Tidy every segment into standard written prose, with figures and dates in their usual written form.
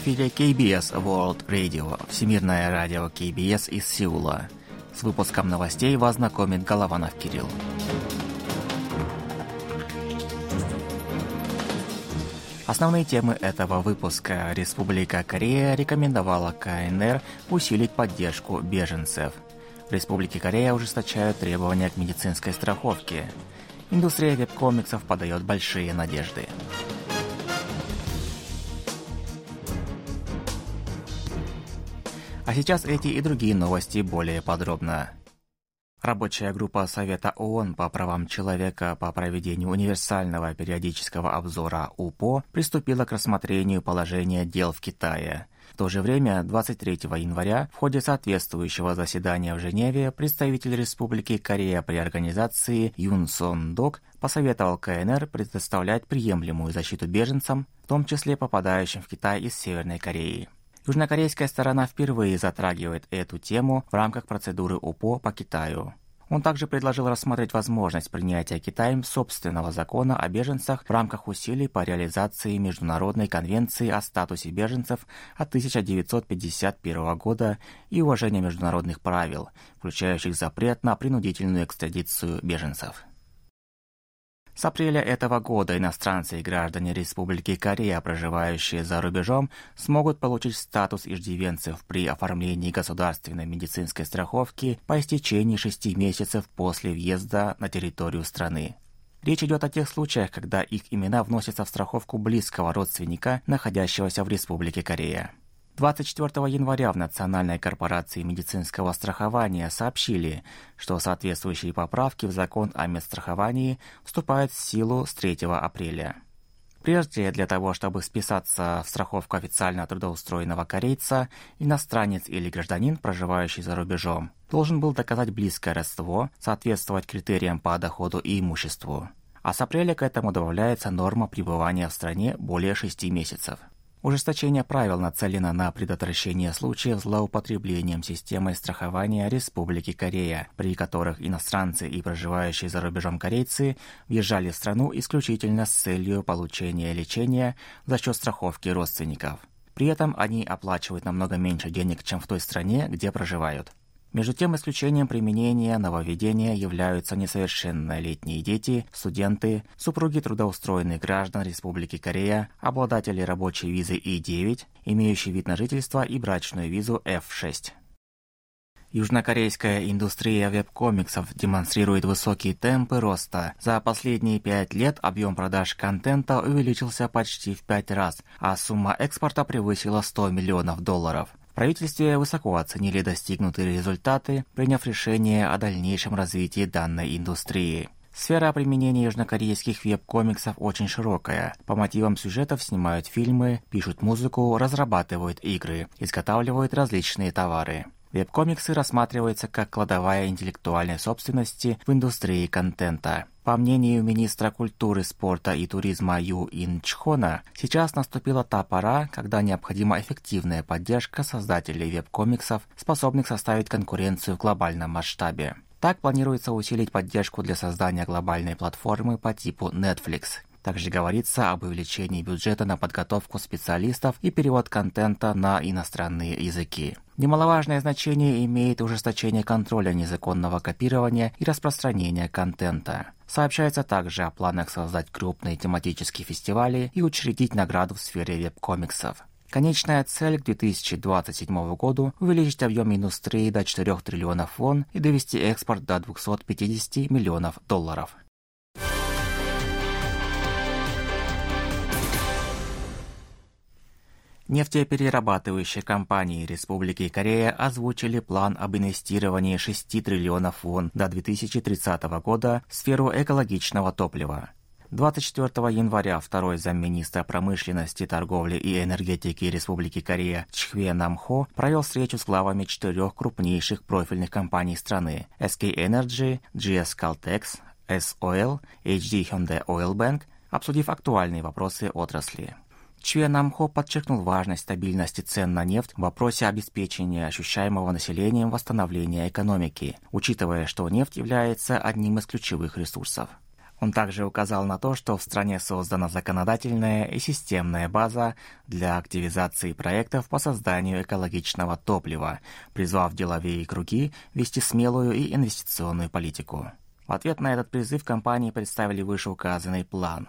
эфире KBS World Radio, всемирное радио KBS из Сеула. С выпуском новостей вас знакомит Голованов Кирилл. Основные темы этого выпуска. Республика Корея рекомендовала КНР усилить поддержку беженцев. В Республике Корея ужесточают требования к медицинской страховке. Индустрия веб-комиксов подает большие надежды. А сейчас эти и другие новости более подробно. Рабочая группа Совета ООН по правам человека по проведению универсального периодического обзора УПО приступила к рассмотрению положения дел в Китае. В то же время 23 января в ходе соответствующего заседания в Женеве представитель Республики Корея при организации Юн Сон Док посоветовал КНР предоставлять приемлемую защиту беженцам, в том числе попадающим в Китай из Северной Кореи. Южнокорейская сторона впервые затрагивает эту тему в рамках процедуры УПО по Китаю. Он также предложил рассмотреть возможность принятия Китаем собственного закона о беженцах в рамках усилий по реализации Международной конвенции о статусе беженцев от 1951 года и уважения международных правил, включающих запрет на принудительную экстрадицию беженцев. С апреля этого года иностранцы и граждане Республики Корея, проживающие за рубежом, смогут получить статус иждивенцев при оформлении государственной медицинской страховки по истечении 6 месяцев после въезда на территорию страны. Речь идет о тех случаях, когда их имена вносятся в страховку близкого родственника, находящегося в Республике Корея. 24 января в Национальной корпорации медицинского страхования сообщили, что соответствующие поправки в закон о медстраховании вступают в силу с 3 апреля. Прежде для того, чтобы списаться в страховку официально трудоустроенного корейца, иностранец или гражданин, проживающий за рубежом, должен был доказать близкое родство, соответствовать критериям по доходу и имуществу. А с апреля к этому добавляется норма пребывания в стране более 6 месяцев. Ужесточение правил нацелено на предотвращение случаев злоупотреблением системой страхования Республики Корея, при которых иностранцы и проживающие за рубежом корейцы въезжали в страну исключительно с целью получения лечения за счет страховки родственников. При этом они оплачивают намного меньше денег, чем в той стране, где проживают. Между тем, исключением применения нововведения являются несовершеннолетние дети, студенты, супруги трудоустроенных граждан Республики Корея, обладатели рабочей визы И-9, имеющие вид на жительство и брачную визу F6. Южнокорейская индустрия веб-комиксов демонстрирует высокие темпы роста. За последние 5 лет объем продаж контента увеличился почти в 5 раз, а сумма экспорта превысила $100 миллионов. В правительстве высоко оценили достигнутые результаты, приняв решение о дальнейшем развитии данной индустрии. Сфера применения южнокорейских веб-комиксов очень широкая. По мотивам сюжетов снимают фильмы, пишут музыку, разрабатывают игры, изготавливают различные товары. Веб-комиксы рассматриваются как кладовая интеллектуальной собственности в индустрии контента. По мнению министра культуры, спорта и туризма Ю Ин Чхона, сейчас наступила та пора, когда необходима эффективная поддержка создателей веб-комиксов, способных составить конкуренцию в глобальном масштабе. Так планируется усилить поддержку для создания глобальной платформы по типу Netflix. Также говорится об увеличении бюджета на подготовку специалистов и перевод контента на иностранные языки. Немаловажное значение имеет ужесточение контроля незаконного копирования и распространения контента. Сообщается также о планах создать крупные тематические фестивали и учредить награду в сфере веб-комиксов. Конечная цель к 2027 году – увеличить объем индустрии до 4 триллионов вон и довести экспорт до $250 миллионов. Нефтеперерабатывающие компании Республики Корея озвучили план об инвестировании 6 триллионов вон до 2030 года в сферу экологичного топлива. 24 января второй замминистра промышленности, торговли и энергетики Республики Корея Чхве Намхо провел встречу с главами 4 крупнейших профильных компаний страны – SK Energy, GS Caltex, S-Oil, HD Hyundai Oil Bank, обсудив актуальные вопросы отрасли. Чхве Намхо подчеркнул важность стабильности цен на нефть в вопросе обеспечения ощущаемого населением восстановления экономики, учитывая, что нефть является одним из ключевых ресурсов. Он также указал на то, что в стране создана законодательная и системная база для активизации проектов по созданию экологичного топлива, призвав деловые круги вести смелую и инвестиционную политику. В ответ на этот призыв компании представили вышеуказанный план.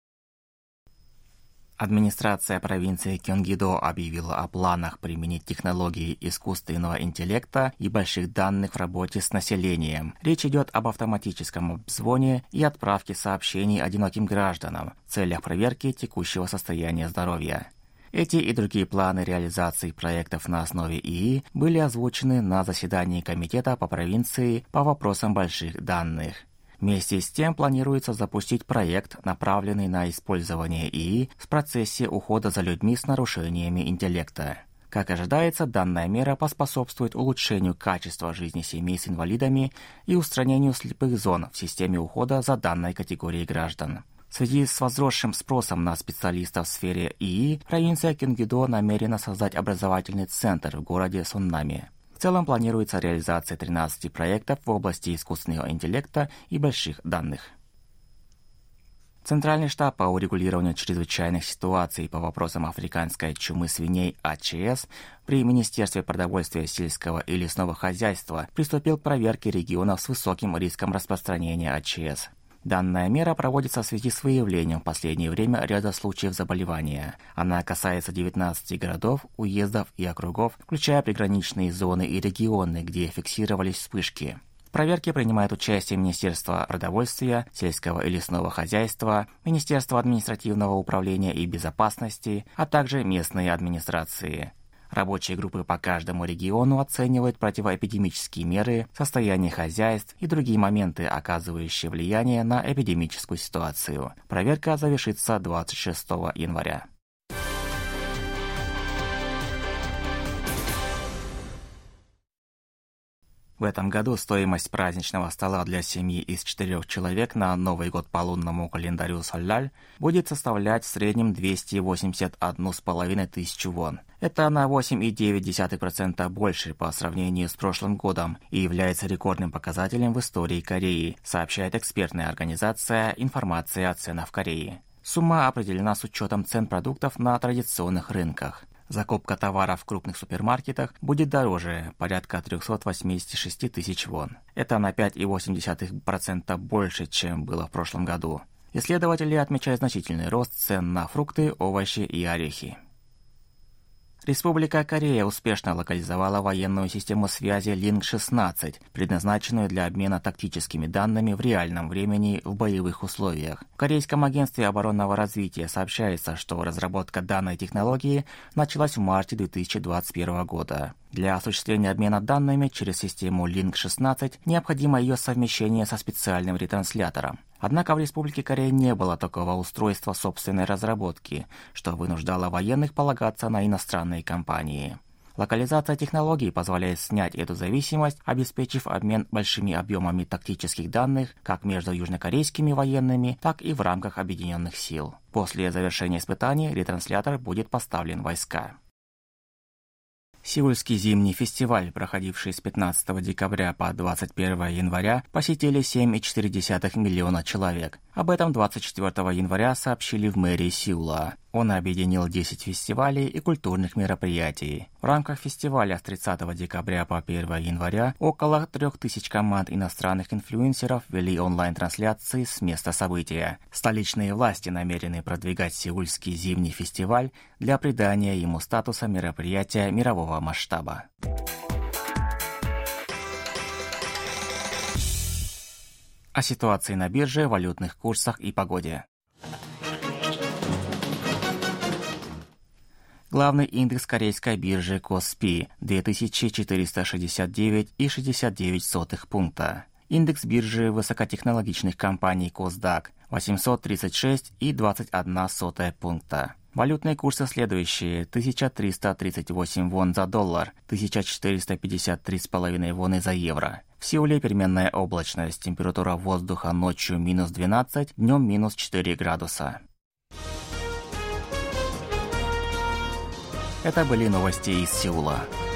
Администрация провинции Кёнгидо объявила о планах применить технологии искусственного интеллекта и больших данных в работе с населением. Речь идет об автоматическом обзвоне и отправке сообщений одиноким гражданам в целях проверки текущего состояния здоровья. Эти и другие планы реализации проектов на основе ИИ были озвучены на заседании Комитета по провинции по вопросам больших данных. Вместе с тем планируется запустить проект, направленный на использование ИИ в процессе ухода за людьми с нарушениями интеллекта. Как ожидается, данная мера поспособствует улучшению качества жизни семей с инвалидами и устранению слепых зон в системе ухода за данной категорией граждан. В связи с возросшим спросом на специалистов в сфере ИИ, провинция Кёнгидо намерена создать образовательный центр в городе Соннами. В целом планируется реализация 13 проектов в области искусственного интеллекта и больших данных. Центральный штаб по урегулированию чрезвычайных ситуаций по вопросам африканской чумы свиней АЧС при Министерстве продовольствия сельского и лесного хозяйства приступил к проверке регионов с высоким риском распространения АЧС. Данная мера проводится в связи с выявлением в последнее время ряда случаев заболевания. Она касается 19 городов, уездов и округов, включая приграничные зоны и регионы, где фиксировались вспышки. В проверке принимают участие Министерство продовольствия, сельского и лесного хозяйства, Министерство административного управления и безопасности, а также местные администрации. Рабочие группы по каждому региону оценивают противоэпидемические меры, состояние хозяйств и другие моменты, оказывающие влияние на эпидемическую ситуацию. Проверка завершится 26 января. В этом году стоимость праздничного стола для семьи из 4 человек на Новый год по лунному календарю Соллаль будет составлять в среднем 281,5 тысячи вон. Это на 8,9% больше по сравнению с прошлым годом и является рекордным показателем в истории Кореи, сообщает экспертная организация «Информация о ценах в Корее». Сумма определена с учетом цен продуктов на традиционных рынках. Закупка товаров в крупных супермаркетах будет дороже, порядка 386 тысяч вон. Это на 5,8% больше, чем было в прошлом году. Исследователи отмечают значительный рост цен на фрукты, овощи и орехи. Республика Корея успешно локализовала военную систему связи Link-16, предназначенную для обмена тактическими данными в реальном времени в боевых условиях. В Корейском агентстве оборонного развития сообщается, что разработка данной технологии началась в марте 2021 года. Для осуществления обмена данными через систему Link-16 необходимо ее совмещение со специальным ретранслятором. Однако в Республике Корея не было такого устройства собственной разработки, что вынуждало военных полагаться на иностранные компании. Локализация технологий позволяет снять эту зависимость, обеспечив обмен большими объемами тактических данных как между южнокорейскими военными, так и в рамках объединенных сил. После завершения испытаний ретранслятор будет поставлен в войска. Сеульский зимний фестиваль, проходивший с 15 декабря по 21 января, посетили 7,4 миллиона человек. Об этом 24 января сообщили в мэрии Сеула. Он объединил 10 фестивалей и культурных мероприятий. В рамках фестиваля с 30 декабря по 1 января около 3000 команд иностранных инфлюенсеров вели онлайн-трансляции с места события. Столичные власти намерены продвигать Сеульский зимний фестиваль для придания ему статуса мероприятия мирового масштаба. О ситуации на бирже, валютных курсах и погоде. Главный индекс корейской биржи Коспи 2469,69 пункта. Индекс биржи высокотехнологичных компаний Косдак 836,21 пункта. Валютные курсы следующие: 1338 вон за доллар, 1453,5 воны за евро. В Сеуле переменная облачность, температура воздуха ночью минус 12, днем минус 4 градуса. Это были новости из Сеула.